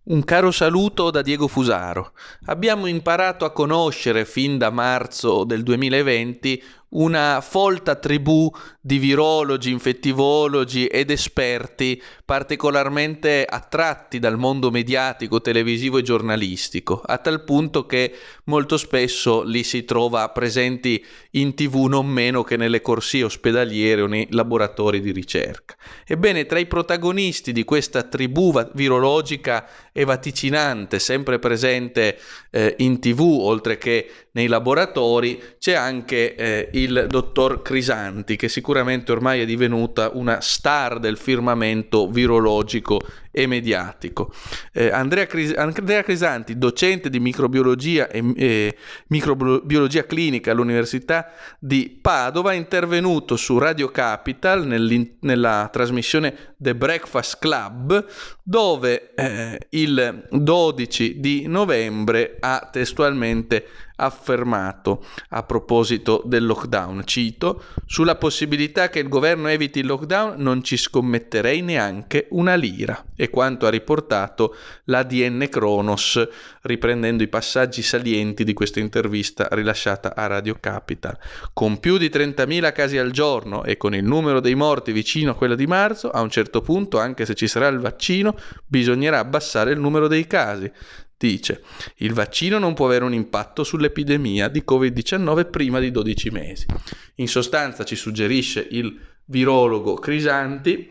Un caro saluto da Diego Fusaro. Abbiamo imparato a conoscere fin da marzo del 2020 una folta tribù di virologi, infettivologi ed esperti particolarmente attratti dal mondo mediatico, televisivo e giornalistico, a tal punto che molto spesso li si trova presenti in TV non meno che nelle corsie ospedaliere o nei laboratori di ricerca. Ebbene, tra i protagonisti di questa tribù virologica e vaticinante, sempre presente in TV oltre che nei laboratori, c'è anche il dottor Crisanti, che sicuramente ormai è divenuta una star del firmamento virologico e mediatico. Andrea Crisanti, docente di microbiologia e microbiologia clinica all'Università di Padova, è intervenuto su Radio Capital nella trasmissione The Breakfast Club, dove il 12 di novembre ha testualmente affermato a proposito del lockdown, cito: sulla possibilità che il governo eviti il lockdown non ci scommetterei neanche una lira, è quanto ha riportato l'ADN Kronos, riprendendo i passaggi salienti di questa intervista rilasciata a Radio Capital. Con più di 30.000 casi al giorno e con il numero dei morti vicino a quello di marzo, a un certo punto, anche se ci sarà il vaccino, bisognerà abbassare il numero dei casi. Dice: il vaccino non può avere un impatto sull'epidemia di Covid-19 prima di 12 mesi. In sostanza, ci suggerisce il virologo Crisanti,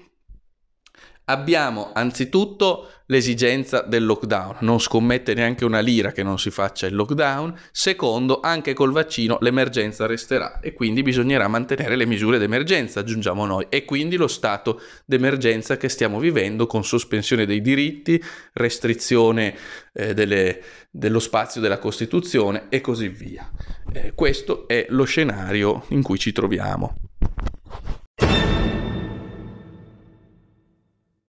abbiamo anzitutto l'esigenza del lockdown, non scommette neanche una lira che non si faccia il lockdown. Secondo, anche col vaccino l'emergenza resterà e quindi bisognerà mantenere le misure d'emergenza, aggiungiamo noi, e quindi lo stato d'emergenza che stiamo vivendo, con sospensione dei diritti, restrizione dello spazio della Costituzione e così via. Questo è lo scenario in cui ci troviamo.